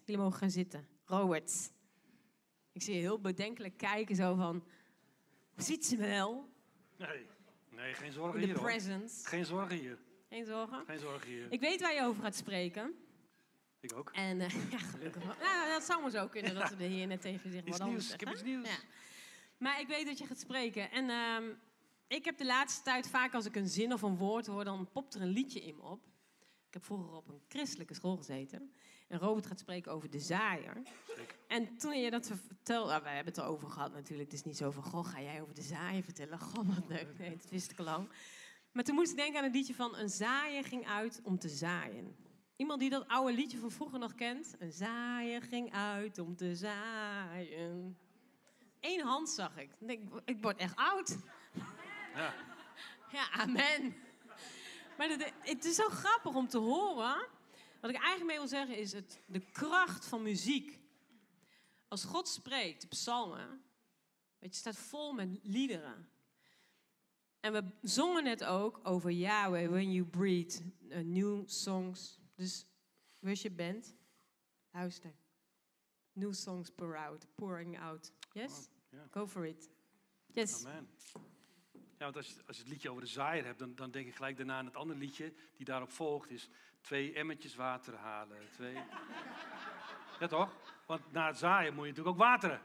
Jullie mogen gaan zitten. Robert. Ik zie je heel bedenkelijk kijken, zo van... Ziet ze me wel? Nee, geen zorgen In hier, the hoor. presence. Geen zorgen hier. Geen zorgen? Geen zorgen hier. Ik weet waar je over gaat spreken. Ik ook. En ja, gelukkig wel. Nou, dat zou maar zo kunnen, dat we de heer net tegen zich Iets wat anders nieuws. Ik zeggen. heb iets nieuws. Ja. Maar ik weet dat je gaat spreken. En ik heb de laatste tijd vaak als ik een zin of een woord hoor, dan popt er een liedje in me op. Ik heb vroeger op een christelijke school gezeten. En Robert gaat spreken over de zaaier. Zeker. En toen je dat vertelde, wij hebben het erover gehad natuurlijk. Het is niet zo van, goh, ga jij over de zaaier vertellen? Goh, wat leuk. Nee, dat wist ik al lang. Maar toen moest ik denken aan het liedje van een zaaier ging uit om te zaaien. Iemand die dat oude liedje van vroeger nog kent? Een zaaier ging uit om te zaaien. Eén hand zag ik. Ik word echt oud. Ja. Ja, amen. Maar het is zo grappig om te horen. Wat ik eigenlijk mee wil zeggen is de kracht van muziek. Als God spreekt, de psalmen, weet je, staat vol met liederen. En we zongen net ook over Yahweh, when you breathe, new songs. Dus worship band, luister. New songs pouring out. Yes? Oh, ja. Go for it. Yes. Amen. Ja, want als je het liedje over de zaaier hebt, dan denk ik gelijk daarna aan het andere liedje die daarop volgt. Is 2 emmertjes water halen. 2... Ja, toch? Want na het zaaien moet je natuurlijk ook wateren.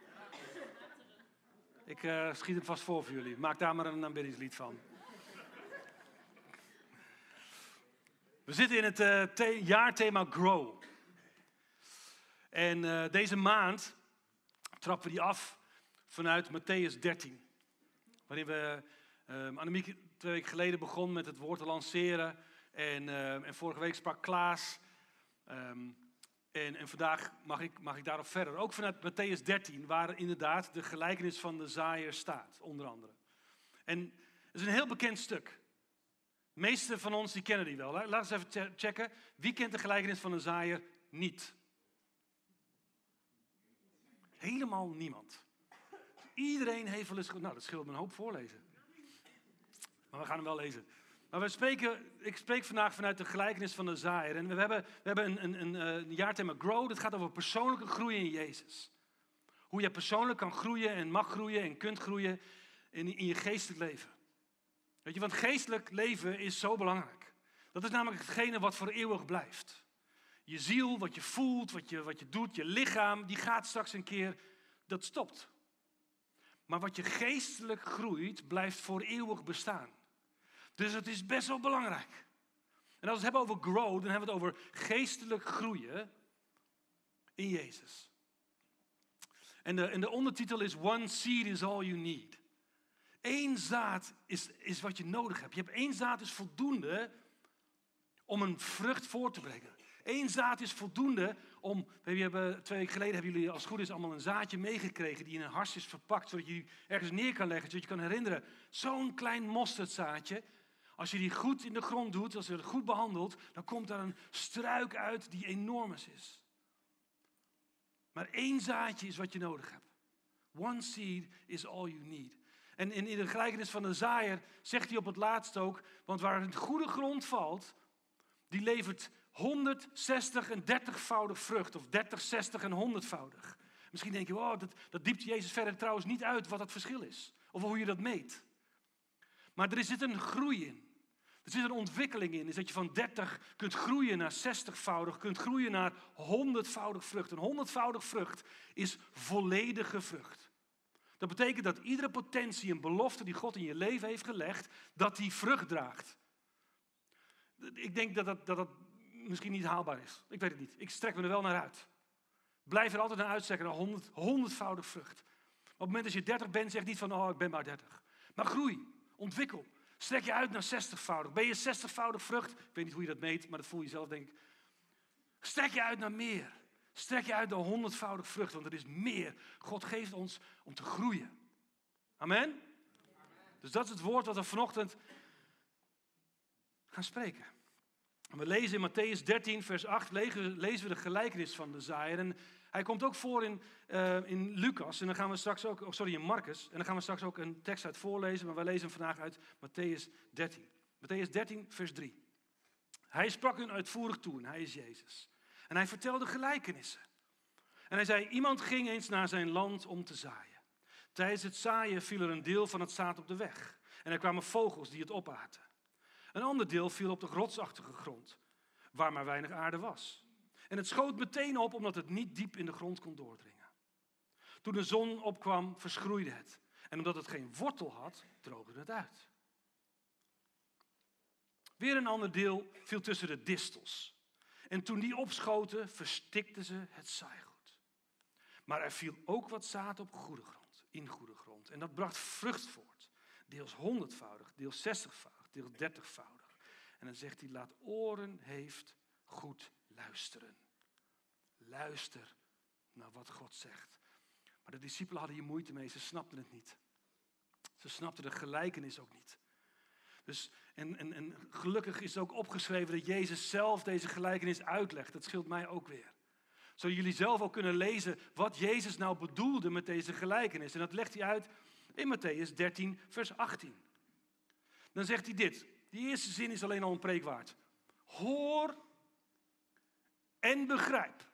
Ik schiet hem vast voor jullie. Maak daar maar een aanbiddingslied van. We zitten in het jaarthema Grow. En deze maand trappen we die af vanuit Mattheüs 13. Waarin we, Annemiek 2 weken geleden begon met het woord te lanceren. En vorige week sprak Klaas. En vandaag mag ik daarop verder. Ook vanuit Mattheüs 13, waar inderdaad de gelijkenis van de zaaier staat, onder andere. En het is een heel bekend stuk. De meeste van ons die kennen die wel. Laten we eens even checken. Wie kent de gelijkenis van de zaaier niet? Helemaal niemand. Iedereen heeft wel eens... Nou, dat scheelt me een hoop voorlezen. Maar we gaan hem wel lezen. Maar ik spreek vandaag vanuit de gelijkenis van de zaaier. En we hebben een jaarthema Grow. Dat gaat over persoonlijke groei in Jezus. Hoe je persoonlijk kan groeien en mag groeien en kunt groeien in je geestelijk leven. Weet je, want geestelijk leven is zo belangrijk. Dat is namelijk hetgene wat voor eeuwig blijft. Je ziel, wat je voelt, wat je doet, je lichaam, die gaat straks een keer, dat stopt. Maar wat je geestelijk groeit, blijft voor eeuwig bestaan. Dus het is best wel belangrijk. En als we het hebben over grow, dan hebben we het over geestelijk groeien in Jezus. En de ondertitel is One seed is all you need. 1 zaad is wat je nodig hebt. Je hebt 1 zaad is voldoende om een vrucht voort te brengen. 1 zaad is voldoende om... We hebben 2 weken geleden hebben jullie als het goed is allemaal een zaadje meegekregen die in een hars is verpakt, zodat je die ergens neer kan leggen, zodat je kan herinneren. Zo'n klein mosterdzaadje, als je die goed in de grond doet, als je het goed behandelt, dan komt daar een struik uit die enorm is. Maar 1 zaadje is wat je nodig hebt. One seed is all you need. En in de gelijkenis van de zaaier zegt hij op het laatst ook, want waar het goede grond valt, die levert 160 en 30-voudig vrucht. Of 30, 60 en 100-voudig. Misschien denk je, oh, dat diept Jezus verder trouwens niet uit wat dat verschil is. Of hoe je dat meet. Maar er zit een groei in. Er zit een ontwikkeling in. Is dat je van 30 kunt groeien naar 60-voudig. Kunt groeien naar 100-voudig vrucht. Een 100-voudig vrucht is volledige vrucht. Dat betekent dat iedere potentie en belofte die God in je leven heeft gelegd, dat die vrucht draagt. Ik denk dat misschien niet haalbaar is. Ik weet het niet. Ik strek me er wel naar uit. Blijf er altijd naar uitstrekken naar 100-voudig vrucht. Op het moment dat je 30 bent, zeg niet van, oh, ik ben maar 30. Maar groei, ontwikkel. Strek je uit naar 60-voudig. Ben je 60-voudig vrucht? Ik weet niet hoe je dat meet, maar dat voel je zelf, denk ik. Strek je uit naar meer. Strek je uit naar 100-voudig vrucht, want er is meer. God geeft ons om te groeien. Amen? Dus dat is het woord wat we vanochtend gaan spreken. En we lezen in Mattheüs 13, vers 8, lezen we de gelijkenis van de zaaier. En hij komt ook voor in Lucas, en dan gaan we straks ook, in Marcus. En dan gaan we straks ook een tekst uit voorlezen, maar wij lezen hem vandaag uit Mattheüs 13. Mattheüs 13, vers 3. Hij sprak hun uitvoerig toe en hij is Jezus. En En hij vertelde gelijkenissen. En hij zei, iemand ging eens naar zijn land om te zaaien. Tijdens het zaaien viel er een deel van het zaad op de weg. En er kwamen vogels die het opaten. Een ander deel viel op de rotsachtige grond, waar maar weinig aarde was. En het schoot meteen op, omdat het niet diep in de grond kon doordringen. Toen de zon opkwam, verschroeide het. En omdat het geen wortel had, droogde het uit. Weer een ander deel viel tussen de distels. En toen die opschoten, verstikten ze het zaaigoed. Maar er viel ook wat zaad op goede grond, in goede grond. En dat bracht vrucht voort. Deels 100-voudig, deels 60-voudig, deels 30-voudig. En dan zegt hij, laat oren heeft, goed luisteren. Luister naar wat God zegt. Maar de discipelen hadden hier moeite mee, ze snapten het niet. Ze snapten de gelijkenis ook niet. Dus, en gelukkig is het ook opgeschreven dat Jezus zelf deze gelijkenis uitlegt. Dat scheelt mij ook weer. Zodat jullie zelf ook kunnen lezen wat Jezus nou bedoelde met deze gelijkenis. En dat legt hij uit in Mattheüs 13, vers 18. Dan zegt hij dit. Die eerste zin is alleen al een preekwaard. Hoor en begrijp.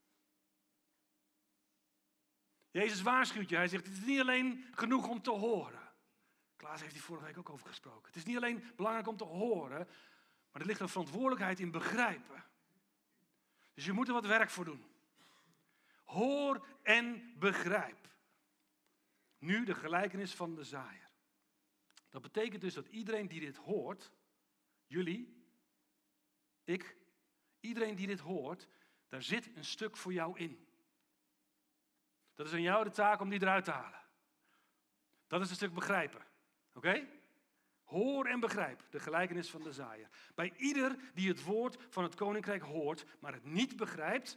Jezus waarschuwt je. Hij zegt, het is niet alleen genoeg om te horen. Klaas heeft hier vorige week ook over gesproken. Het is niet alleen belangrijk om te horen, maar er ligt een verantwoordelijkheid in begrijpen. Dus je moet er wat werk voor doen. Hoor en begrijp. Nu de gelijkenis van de zaaier. Dat betekent dus dat iedereen die dit hoort, jullie, ik, iedereen die dit hoort, daar zit een stuk voor jou in. Dat is aan jou de taak om die eruit te halen. Dat is een stuk begrijpen. Oké? Hoor en begrijp de gelijkenis van de zaaier. Bij ieder die het woord van het koninkrijk hoort, maar het niet begrijpt,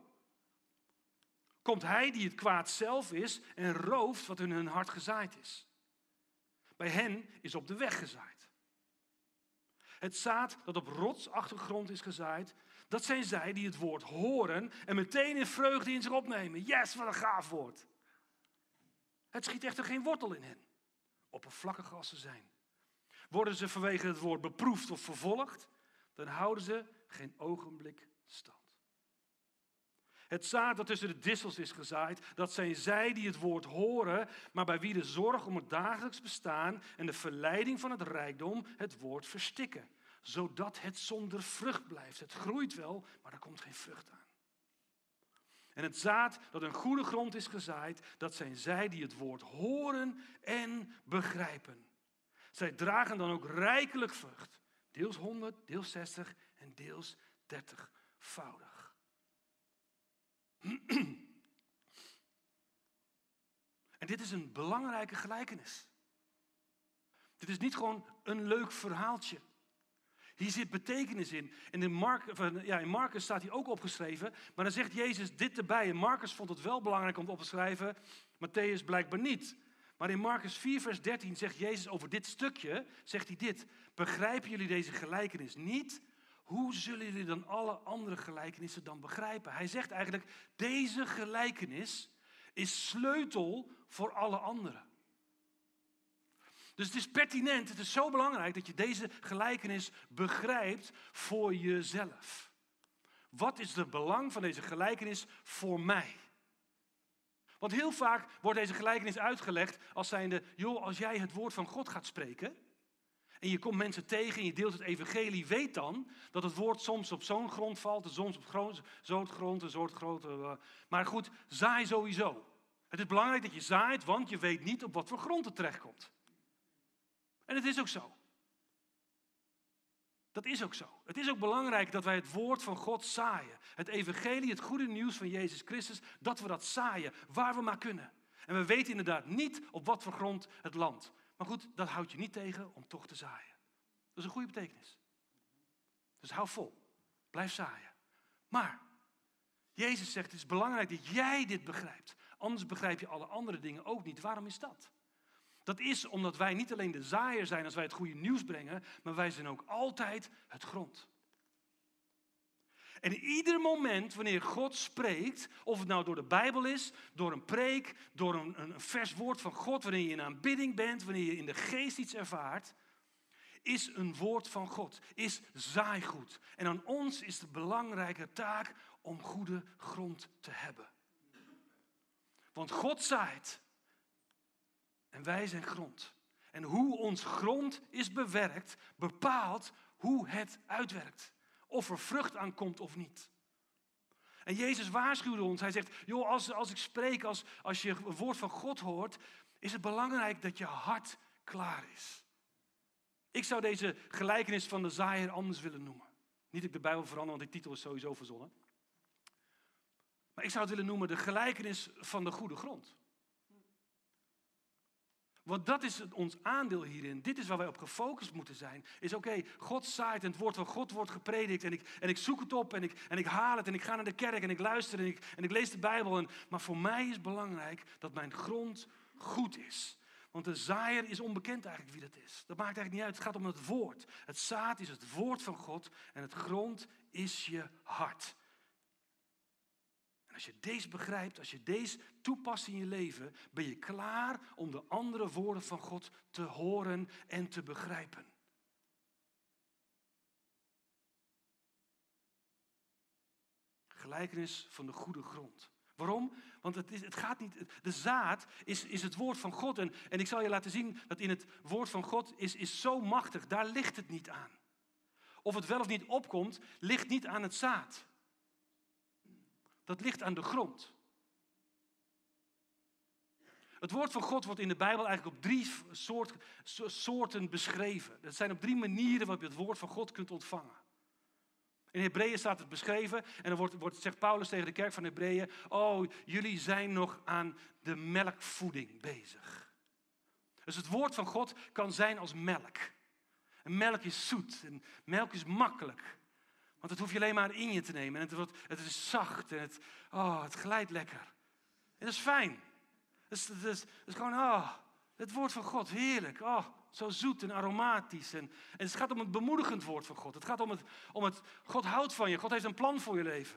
komt hij die het kwaad zelf is en rooft wat in hun hart gezaaid is. Bij hen is op de weg gezaaid. Het zaad dat op rotsachtige grond is gezaaid, dat zijn zij die het woord horen en meteen in vreugde in zich opnemen. Yes, wat een gaaf woord. Het schiet echter geen wortel in hen. Oppervlakkig als ze zijn. Worden ze vanwege het woord beproefd of vervolgd, dan houden ze geen ogenblik stand. Het zaad dat tussen de distels is gezaaid, dat zijn zij die het woord horen, maar bij wie de zorg om het dagelijks bestaan en de verleiding van het rijkdom het woord verstikken. Zodat het zonder vrucht blijft. Het groeit wel, maar er komt geen vrucht aan. En het zaad dat een goede grond is gezaaid, dat zijn zij die het woord horen en begrijpen. Zij dragen dan ook rijkelijk vrucht. Deels 100, deels 60 en deels 30-voudig. En dit is een belangrijke gelijkenis. Dit is niet gewoon een leuk verhaaltje. Hier zit betekenis in. En in Marcus staat hij ook opgeschreven. Maar dan zegt Jezus dit erbij. En Marcus vond het wel belangrijk om het op te schrijven. Mattheüs blijkbaar niet. Maar in Marcus 4 vers 13 zegt Jezus over dit stukje. Zegt hij dit. Begrijpen jullie deze gelijkenis niet? Hoe zullen jullie dan alle andere gelijkenissen dan begrijpen? Hij zegt eigenlijk, deze gelijkenis is sleutel voor alle anderen. Dus het is pertinent, het is zo belangrijk dat je deze gelijkenis begrijpt voor jezelf. Wat is het belang van deze gelijkenis voor mij? Want heel vaak wordt deze gelijkenis uitgelegd als zijnde, joh, als jij het woord van God gaat spreken en je komt mensen tegen en je deelt het evangelie, weet dan dat het woord soms op zo'n grond valt, soms op zo'n grond, een soort grote. Maar goed, zaai sowieso. Het is belangrijk dat je zaait, want je weet niet op wat voor grond het terechtkomt. En het is ook zo. Dat is ook zo. Het is ook belangrijk dat wij het woord van God zaaien. Het evangelie, het goede nieuws van Jezus Christus, dat we dat zaaien waar we maar kunnen. En we weten inderdaad niet op wat voor grond het landt. Maar goed, dat houdt je niet tegen om toch te zaaien. Dat is een goede betekenis. Dus hou vol. Blijf zaaien. Maar Jezus zegt, het is belangrijk dat jij dit begrijpt. Anders begrijp je alle andere dingen ook niet. Waarom is dat? Dat is omdat wij niet alleen de zaaier zijn als wij het goede nieuws brengen, maar wij zijn ook altijd het grond. En ieder moment wanneer God spreekt, of het nou door de Bijbel is, door een preek, door een vers woord van God, wanneer je in aanbidding bent, wanneer je in de geest iets ervaart, is een woord van God, is zaaigoed. En aan ons is de belangrijke taak om goede grond te hebben. Want God zaait en wij zijn grond. En hoe ons grond is bewerkt, bepaalt hoe het uitwerkt. Of er vrucht aan komt of niet. En Jezus waarschuwde ons. Hij zegt, joh, als ik spreek, als je het woord van God hoort, is het belangrijk dat je hart klaar is. Ik zou deze gelijkenis van de zaaier anders willen noemen. Niet dat ik de Bijbel verander, want die titel is sowieso verzonnen. Maar ik zou het willen noemen de gelijkenis van de goede grond. Want dat is ons aandeel hierin. Dit is waar wij op gefocust moeten zijn. Is oké, God zaait en het woord van God wordt gepredikt. En ik zoek het op en ik haal het en ik ga naar de kerk en ik luister en ik lees de Bijbel. Maar voor mij is belangrijk dat mijn grond goed is. Want de zaaier is onbekend eigenlijk wie dat is. Dat maakt eigenlijk niet uit. Het gaat om het woord. Het zaad is het woord van God en het grond is je hart. En als je deze begrijpt, als je deze toepast in je leven, ben je klaar om de andere woorden van God te horen en te begrijpen. Gelijkenis van de goede grond. Waarom? Want het gaat niet. De zaad is het woord van God. En ik zal je laten zien dat in het woord van God is zo machtig. Daar ligt het niet aan. Of het wel of niet opkomt, ligt niet aan het zaad. Dat ligt aan de grond. Het woord van God wordt in de Bijbel eigenlijk op 3 soorten beschreven. Dat zijn op 3 manieren waarop je het woord van God kunt ontvangen. In Hebreeën staat het beschreven en dan zegt Paulus tegen de kerk van Hebreeën, oh, jullie zijn nog aan de melkvoeding bezig. Dus het woord van God kan zijn als melk. En melk is zoet en melk is makkelijk. Want dat hoef je alleen maar in je te nemen. En het is zacht en het glijdt lekker. En dat is fijn. Het is gewoon, het woord van God, heerlijk. Zo zoet en aromatisch. En het gaat om het bemoedigend woord van God. Het gaat om het God houdt van je. God heeft een plan voor je leven.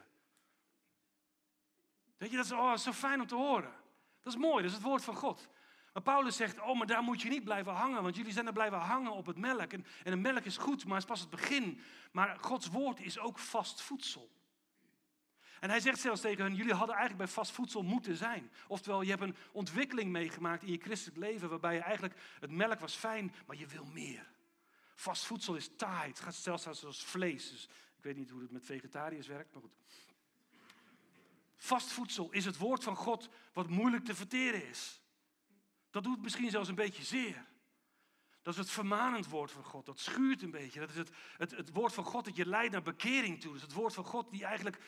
Weet je, dat is zo fijn om te horen. Dat is mooi, dat is het woord van God. Maar Paulus zegt, maar daar moet je niet blijven hangen. Want jullie zijn er blijven hangen op het melk. En de melk is goed, maar het is pas het begin. Maar Gods woord is ook vast voedsel. En hij zegt zelfs tegen hen, jullie hadden eigenlijk bij vast voedsel moeten zijn. Oftewel, je hebt een ontwikkeling meegemaakt in je christelijk leven, waarbij je eigenlijk, het melk was fijn, maar je wil meer. Vast voedsel is taai, het gaat zelfs als vlees. Dus ik weet niet hoe het met vegetariërs werkt, maar goed. Vast voedsel is het woord van God wat moeilijk te verteren is. Dat doet misschien zelfs een beetje zeer. Dat is het vermanend woord van God, dat schuurt een beetje. Dat is het woord van God dat je leidt naar bekering toe. Dat is het woord van God die eigenlijk,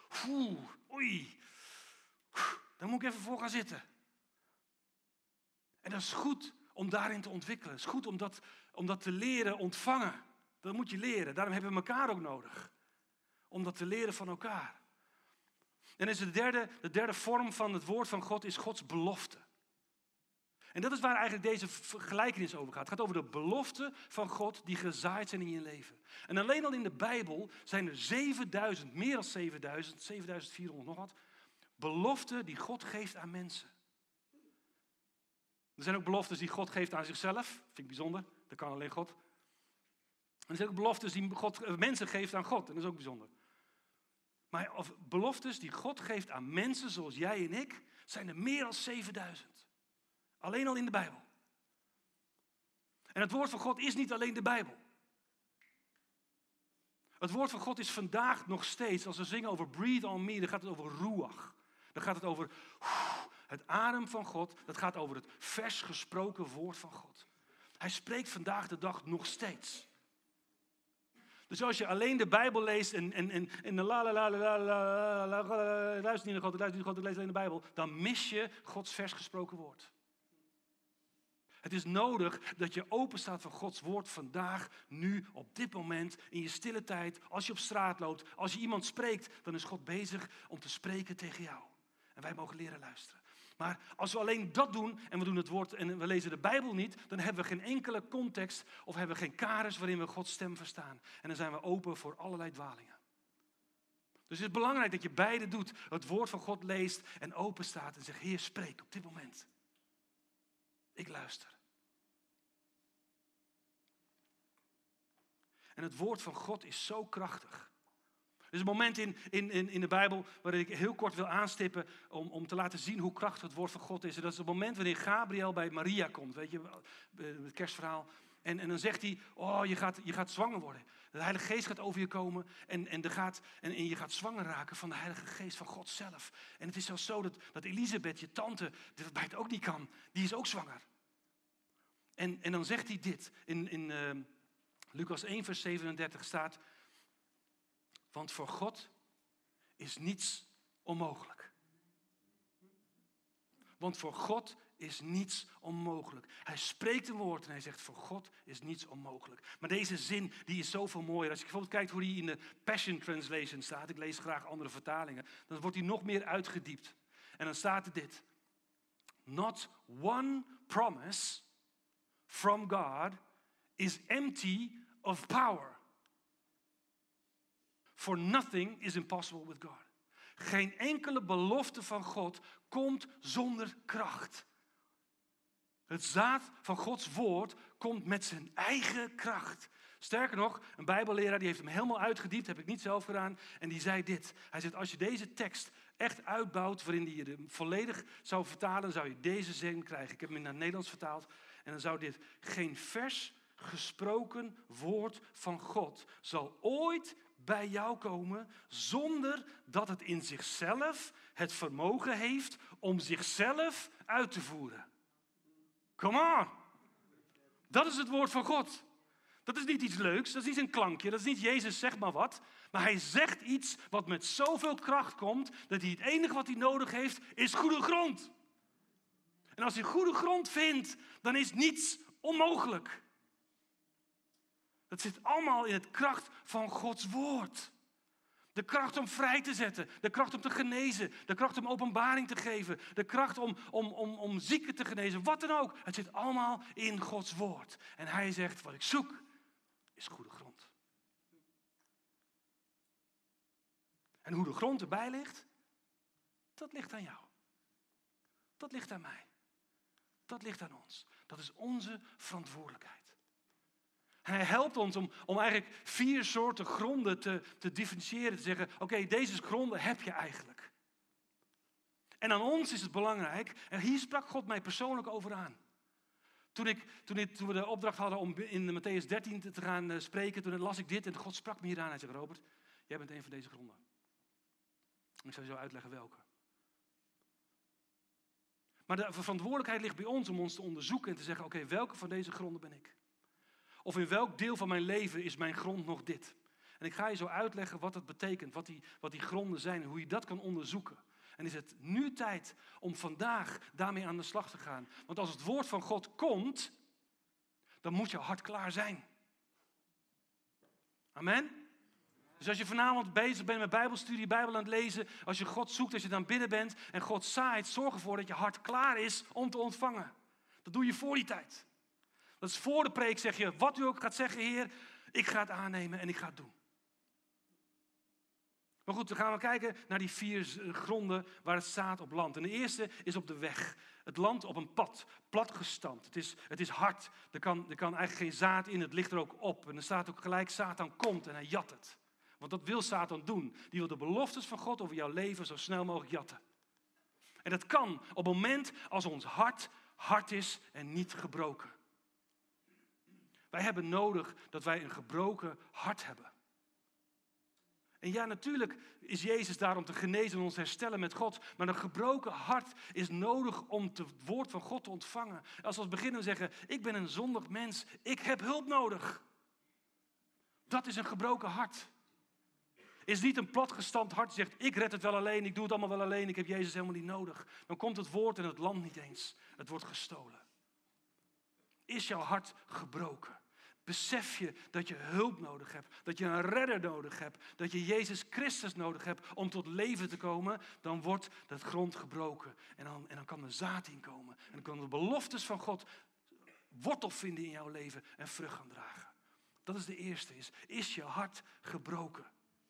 daar moet ik even voor gaan zitten. En dat is goed om daarin te ontwikkelen. Het is goed om dat te leren ontvangen. Dat moet je leren. Daarom hebben we elkaar ook nodig. Om dat te leren van elkaar. En is de derde vorm van het woord van God is Gods belofte. En dat is waar eigenlijk deze gelijkenis over gaat. Het gaat over de belofte van God die gezaaid zijn in je leven. En alleen al in de Bijbel zijn er 7000, meer dan 7000, 7400 nog wat, beloften die God geeft aan mensen. Er zijn ook beloftes die God geeft aan zichzelf. Vind ik bijzonder. Dat kan alleen God. En er zijn ook beloftes die mensen geeft aan God. En dat is ook bijzonder. Maar beloftes die God geeft aan mensen zoals jij en ik, zijn er meer dan 7000. Alleen al in de Bijbel. En het woord van God is niet alleen de Bijbel. Het woord van God is vandaag nog steeds, als we zingen over breathe on me, dan gaat het over ruach. Dan gaat het over het adem van God. Dat gaat over het vers gesproken woord van God. Hij spreekt vandaag de dag nog steeds. Dus als je alleen de Bijbel leest en luister niet naar God, ik lees alleen de Bijbel, dan mis je Gods vers gesproken woord. Het is nodig dat je open staat voor Gods woord vandaag, nu, op dit moment, in je stille tijd. Als je op straat loopt, als je iemand spreekt, dan is God bezig om te spreken tegen jou. En wij mogen leren luisteren. Maar als we alleen dat doen en we doen het woord en we lezen de Bijbel niet, dan hebben we geen enkele context of hebben we geen kaders waarin we Gods stem verstaan. En dan zijn we open voor allerlei dwalingen. Dus het is belangrijk dat je beide doet. Het woord van God leest en open staat en zegt, Heer, spreek op dit moment. Ik luister. En het woord van God is zo krachtig. Er is een moment in de Bijbel waarin ik heel kort wil aanstippen om te laten zien hoe krachtig het woord van God is. En dat is het moment wanneer Gabriel bij Maria komt, weet je, het kerstverhaal. En dan zegt hij, oh, je gaat zwanger worden. De Heilige Geest gaat over je komen en je gaat zwanger raken van de Heilige Geest van God zelf. En het is zelfs zo dat Elisabeth, je tante, die het ook niet kan, die is ook zwanger. En dan zegt hij dit, in Lucas 1 vers 37 staat, want voor God is niets onmogelijk. Want voor God is niets onmogelijk. Hij spreekt een woord en hij zegt, voor God is niets onmogelijk. Maar deze zin, die is zoveel mooier. Als je bijvoorbeeld kijkt hoe die in de Passion Translation staat, ik lees graag andere vertalingen, dan wordt die nog meer uitgediept. En dan staat er dit. Not one promise from God is empty of power. For nothing is impossible with God. Geen enkele belofte van God komt zonder kracht. Het zaad van Gods woord komt met zijn eigen kracht. Sterker nog, een Bijbelleraar die heeft hem helemaal uitgediept, heb ik niet zelf gedaan. En die zei dit. Hij zegt, als je deze tekst echt uitbouwt, waarin je hem volledig zou vertalen, zou je deze zin krijgen. Ik heb hem naar het Nederlands vertaald. En dan zou dit, geen vers gesproken woord van God zal ooit bij jou komen zonder dat het in zichzelf het vermogen heeft om zichzelf uit te voeren. Come on! Dat is het woord van God. Dat is niet iets leuks, dat is niet een klankje, dat is niet Jezus zeg maar wat. Maar hij zegt iets wat met zoveel kracht komt, dat hij het enige wat hij nodig heeft, is goede grond. En als hij goede grond vindt, dan is niets onmogelijk. Dat zit allemaal in het kracht van Gods woord. De kracht om vrij te zetten, de kracht om te genezen, de kracht om openbaring te geven, de kracht om zieken te genezen, wat dan ook. Het zit allemaal in Gods woord. En hij zegt, wat ik zoek, is goede grond. En hoe de grond erbij ligt, dat ligt aan jou. Dat ligt aan mij. Dat ligt aan ons. Dat is onze verantwoordelijkheid. En hij helpt ons om eigenlijk 4 soorten gronden te differentiëren. Te zeggen, oké, deze gronden heb je eigenlijk. En aan ons is het belangrijk. En hier sprak God mij persoonlijk over aan. Toen we de opdracht hadden om in Mattheüs 13 te gaan spreken, toen las ik dit en God sprak me hier aan. Hij zegt, Robert, jij bent een van deze gronden. En ik zal je zo uitleggen welke. Maar de verantwoordelijkheid ligt bij ons om ons te onderzoeken en te zeggen, oké, welke van deze gronden ben ik? Of in welk deel van mijn leven is mijn grond nog dit? En ik ga je zo uitleggen wat dat betekent, wat die gronden zijn en hoe je dat kan onderzoeken. En is het nu tijd om vandaag daarmee aan de slag te gaan. Want als het woord van God komt, dan moet je hart klaar zijn. Amen? Dus als je vanavond bezig bent met bijbelstudie, Bijbel aan het lezen, als je God zoekt, als je dan binnen bent en God zaait, zorg ervoor dat je hart klaar is om te ontvangen. Dat doe je voor die tijd. Dat is voor de preek, zeg je, wat u ook gaat zeggen, Heer, ik ga het aannemen en ik ga het doen. Maar goed, dan gaan we kijken naar die 4 gronden waar het zaad op landt. En de eerste is op de weg. Het landt op een pad, platgestampt. Het is hard. Er kan eigenlijk geen zaad in, het ligt er ook op. En er staat ook gelijk, Satan komt en hij jat het. Want dat wil Satan doen. Die wil de beloftes van God over jouw leven zo snel mogelijk jatten. En dat kan op het moment als ons hart hard is en niet gebroken. Wij hebben nodig dat wij een gebroken hart hebben. En ja, natuurlijk is Jezus daar om te genezen en ons herstellen met God. Maar een gebroken hart is nodig om het woord van God te ontvangen. Als we beginnen zeggen, ik ben een zondig mens, ik heb hulp nodig. Dat is een gebroken hart. Is niet een platgestampt hart die zegt, ik red het wel alleen, ik doe het allemaal wel alleen, ik heb Jezus helemaal niet nodig. Dan komt het woord en het landt niet eens. Het wordt gestolen. Is jouw hart gebroken? Besef je dat je hulp nodig hebt, dat je een redder nodig hebt, dat je Jezus Christus nodig hebt om tot leven te komen, dan wordt dat grond gebroken. En dan kan er zaad in komen. En dan kunnen de beloftes van God wortel vinden in jouw leven en vrucht gaan dragen. Dat is de eerste. Is je hart gebroken?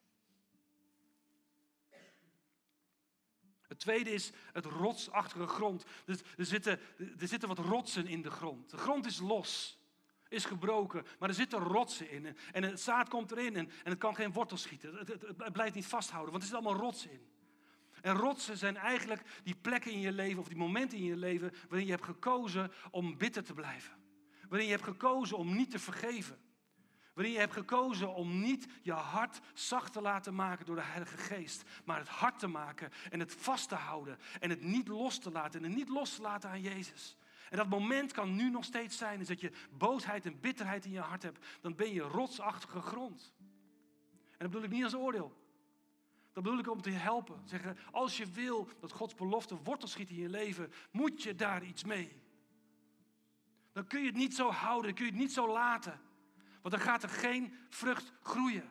Het tweede is het rotsachtige grond. Dus er zitten wat rotsen in de grond. De grond is los. is gebroken, maar er zitten rotsen in. En het zaad komt erin en het kan geen wortel schieten. Het blijft niet vasthouden, want er zit allemaal rotsen in. En rotsen zijn eigenlijk die plekken in je leven, of die momenten in je leven, waarin je hebt gekozen om bitter te blijven. Waarin je hebt gekozen om niet te vergeven. Waarin je hebt gekozen om niet je hart zacht te laten maken door de Heilige Geest. Maar het hard te maken en het vast te houden. En het niet los te laten. En het niet los te laten aan Jezus. En dat moment kan nu nog steeds zijn. Is dat je boosheid en bitterheid in je hart hebt. Dan ben je rotsachtige grond. En dat bedoel ik niet als oordeel. Dat bedoel ik om te helpen. Zeggen, als je wil dat Gods belofte wortel schiet in je leven. Moet je daar iets mee. Dan kun je het niet zo houden. Dan kun je het niet zo laten. Want dan gaat er geen vrucht groeien.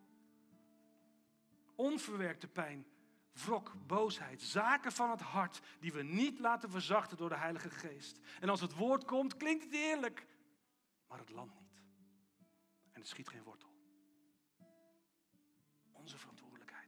Onverwerkte pijn, wrok, boosheid, zaken van het hart die we niet laten verzachten door de Heilige Geest. En als het woord komt, klinkt het eerlijk, maar het landt niet. En het schiet geen wortel. Onze verantwoordelijkheid.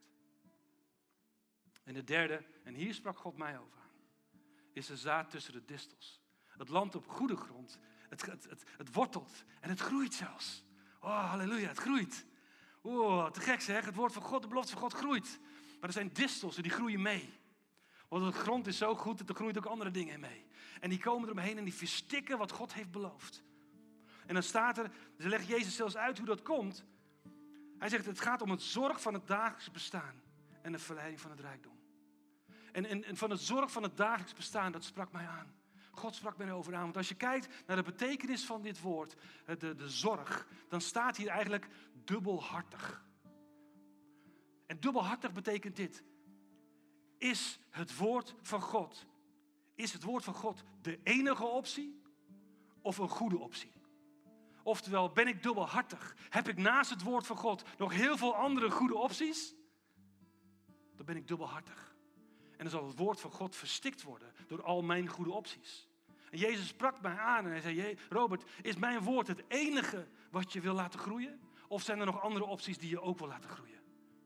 En de derde, en hier sprak God mij over aan, is de zaad tussen de distels. Het landt op goede grond. Het wortelt en het groeit zelfs. Oh, halleluja, het groeit. Oh, te gek zeg, het woord van God, de belofte van God groeit. Maar er zijn distels en die groeien mee. Want de grond is zo goed dat er groeien ook andere dingen mee. En die komen eromheen en die verstikken wat God heeft beloofd. En dan staat er, ze legt Jezus zelfs uit hoe dat komt. Hij zegt, het gaat om het zorg van het dagelijks bestaan en de verleiding van het rijkdom. En van het zorg van het dagelijks bestaan, dat sprak mij aan. God sprak mij erover aan. Want als je kijkt naar de betekenis van dit woord, de zorg, dan staat hier eigenlijk dubbelhartig. En dubbelhartig betekent dit. Is het woord van God de enige optie of een goede optie? Oftewel, ben ik dubbelhartig? Heb ik naast het woord van God nog heel veel andere goede opties? Dan ben ik dubbelhartig. En dan zal het woord van God verstikt worden door al mijn goede opties. En Jezus sprak mij aan en hij zei, Robert, is mijn woord het enige wat je wil laten groeien? Of zijn er nog andere opties die je ook wil laten groeien?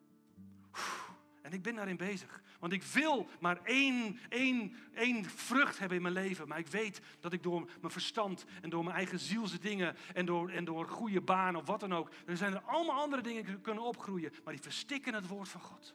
En ik ben daarin bezig. Want ik wil maar één vrucht hebben in mijn leven. Maar ik weet dat ik door mijn verstand en door mijn eigen zielse dingen en door goede banen of wat dan ook. Er zijn er allemaal andere dingen die kunnen opgroeien. Maar die verstikken het woord van God.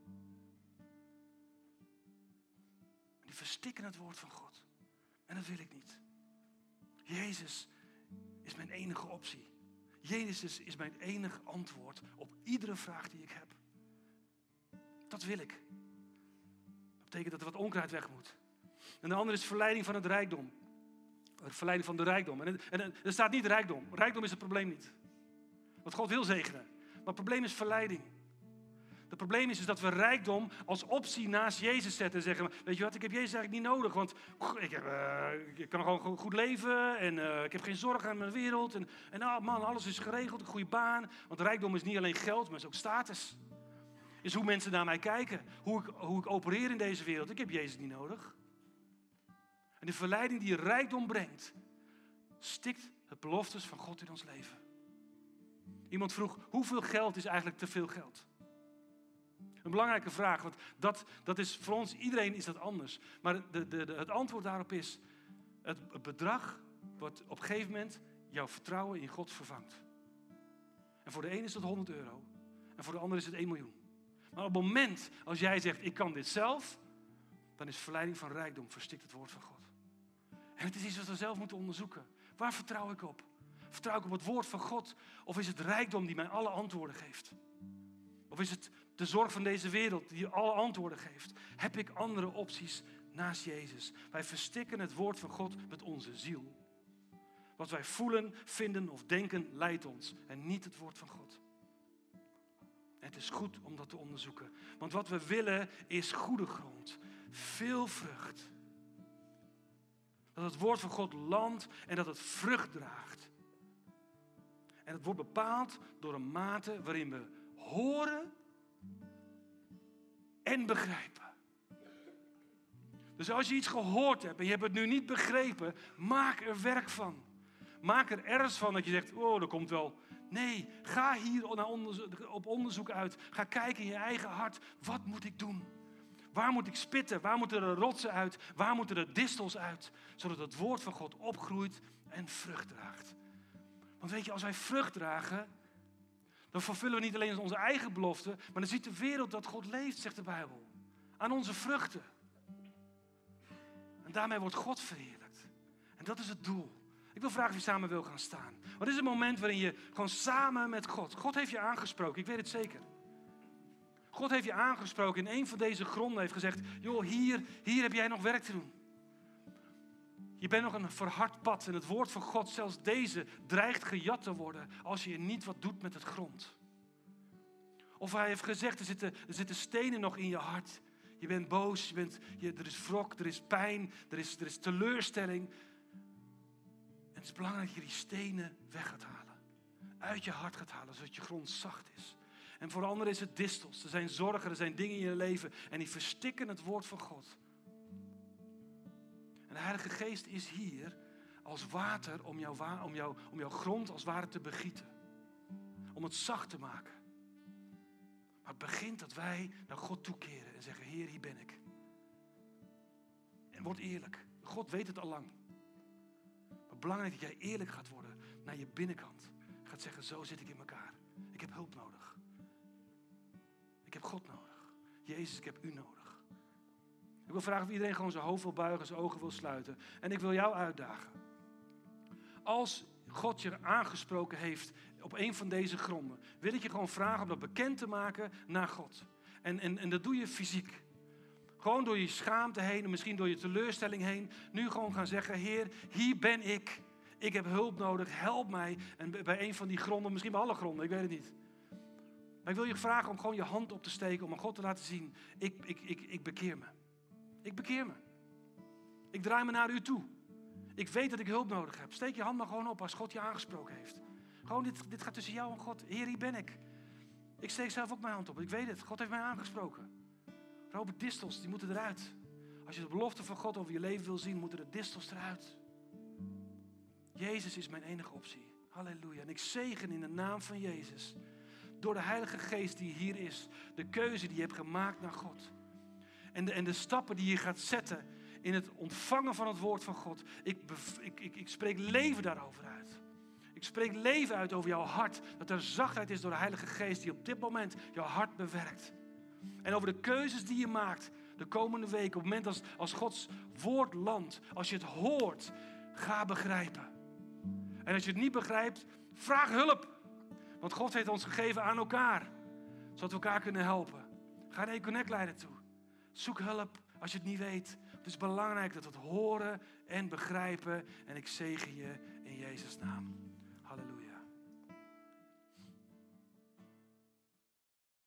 Die verstikken het woord van God. En dat wil ik niet. Jezus is mijn enige optie. Jezus is mijn enige antwoord op iedere vraag die ik heb. Dat wil ik. Dat betekent dat er wat onkruid weg moet. En de andere is verleiding van het rijkdom. Verleiding van de rijkdom. En er staat niet rijkdom. Rijkdom is het probleem niet. Want God wil zegenen. Maar het probleem is verleiding. Het probleem is dat we rijkdom als optie naast Jezus zetten. En zeggen, weet je wat, ik heb Jezus eigenlijk niet nodig. Want ik kan gewoon goed leven. En ik heb geen zorgen aan mijn wereld. En man, alles is geregeld. Een goede baan. Want rijkdom is niet alleen geld, maar is ook status. Is hoe mensen naar mij kijken. Hoe ik opereer in deze wereld. Ik heb Jezus niet nodig. En de verleiding die rijkdom brengt, stikt het beloftes van God in ons leven. Iemand vroeg, hoeveel geld is eigenlijk te veel geld? Een belangrijke vraag, want dat is voor ons, iedereen is dat anders. Maar het antwoord daarop is, het bedrag wat op een gegeven moment jouw vertrouwen in God vervangt. En voor de een is dat 100 euro. En voor de ander is het 1 miljoen. Maar op het moment als jij zegt, ik kan dit zelf, dan is verleiding van rijkdom, verstikt het woord van God. En het is iets wat we zelf moeten onderzoeken. Waar vertrouw ik op? Vertrouw ik op het woord van God? Of is het rijkdom die mij alle antwoorden geeft? Of is het de zorg van deze wereld die alle antwoorden geeft? Heb ik andere opties naast Jezus? Wij verstikken het woord van God met onze ziel. Wat wij voelen, vinden of denken leidt ons en niet het woord van God. Het is goed om dat te onderzoeken. Want wat we willen is goede grond. Veel vrucht. Dat het woord van God landt en dat het vrucht draagt. En het wordt bepaald door een mate waarin we horen en begrijpen. Dus als je iets gehoord hebt en je hebt het nu niet begrepen, maak er werk van. Maak er ergens van dat je zegt, oh, dat komt wel. Nee, ga hier op onderzoek uit. Ga kijken in je eigen hart. Wat moet ik doen? Waar moet ik spitten? Waar moeten de rotsen uit? Waar moeten de distels uit? Zodat het woord van God opgroeit en vrucht draagt. Want weet je, als wij vrucht dragen, dan vervullen we niet alleen onze eigen beloften, maar dan ziet de wereld dat God leeft, zegt de Bijbel. Aan onze vruchten. En daarmee wordt God verheerlijkt. En dat is het doel. Ik wil vragen of je samen wil gaan staan. Wat is het moment waarin je gewoon samen met God... God heeft je aangesproken, ik weet het zeker. God heeft je aangesproken in een van deze gronden heeft gezegd... joh, hier heb jij nog werk te doen. Je bent nog een verhard pad en het woord van God, zelfs deze, dreigt gejat te worden als je niet wat doet met het grond. Of hij heeft gezegd, er zitten stenen nog in je hart. Je bent boos, er is wrok, er is pijn, er is teleurstelling. En het is belangrijk dat je die stenen weg gaat halen. Uit je hart gaat halen, zodat je grond zacht is. En voor anderen is het distels. Er zijn zorgen, er zijn dingen in je leven en die verstikken het woord van God. En de Heilige Geest is hier als water om jouw grond als ware te begieten. Om het zacht te maken. Maar het begint dat wij naar God toekeren en zeggen, Heer, hier ben ik. En word eerlijk. God weet het al lang. Maar belangrijk dat jij eerlijk gaat worden naar je binnenkant. Gaat zeggen, zo zit ik in elkaar. Ik heb hulp nodig. Ik heb God nodig. Jezus, ik heb u nodig. Ik wil vragen of iedereen gewoon zijn hoofd wil buigen, zijn ogen wil sluiten. En ik wil jou uitdagen. Als God je aangesproken heeft op een van deze gronden, wil ik je gewoon vragen om dat bekend te maken naar God. En dat doe je fysiek. Gewoon door je schaamte heen en misschien door je teleurstelling heen. Nu gewoon gaan zeggen, Heer, hier ben ik. Ik heb hulp nodig, help mij. En bij een van die gronden, misschien bij alle gronden, ik weet het niet. Maar ik wil je vragen om gewoon je hand op te steken, om aan God te laten zien, ik bekeer me. Ik bekeer me. Ik draai me naar u toe. Ik weet dat ik hulp nodig heb. Steek je hand maar gewoon op als God je aangesproken heeft. Gewoon, dit gaat tussen jou en God. Heer, hier ben ik. Ik steek zelf ook mijn hand op. Ik weet het. God heeft mij aangesproken. Robert, distels, die moeten eruit. Als je de belofte van God over je leven wil zien, moeten de distels eruit. Jezus is mijn enige optie. Halleluja. En ik zegen in de naam van Jezus. Door de Heilige Geest die hier is. De keuze die je hebt gemaakt naar God. En de stappen die je gaat zetten in het ontvangen van het woord van God. Ik spreek leven daarover uit. Ik spreek leven uit over jouw hart. Dat er zachtheid is door de Heilige Geest die op dit moment jouw hart bewerkt. En over de keuzes die je maakt de komende weken. Op het moment als Gods woord landt. Als je het hoort, ga begrijpen. En als je het niet begrijpt, vraag hulp. Want God heeft ons gegeven aan elkaar. Zodat we elkaar kunnen helpen. Ga naar je connectleider toe. Zoek hulp als je het niet weet. Het is belangrijk dat we het horen en begrijpen. En ik zegen je in Jezus' naam.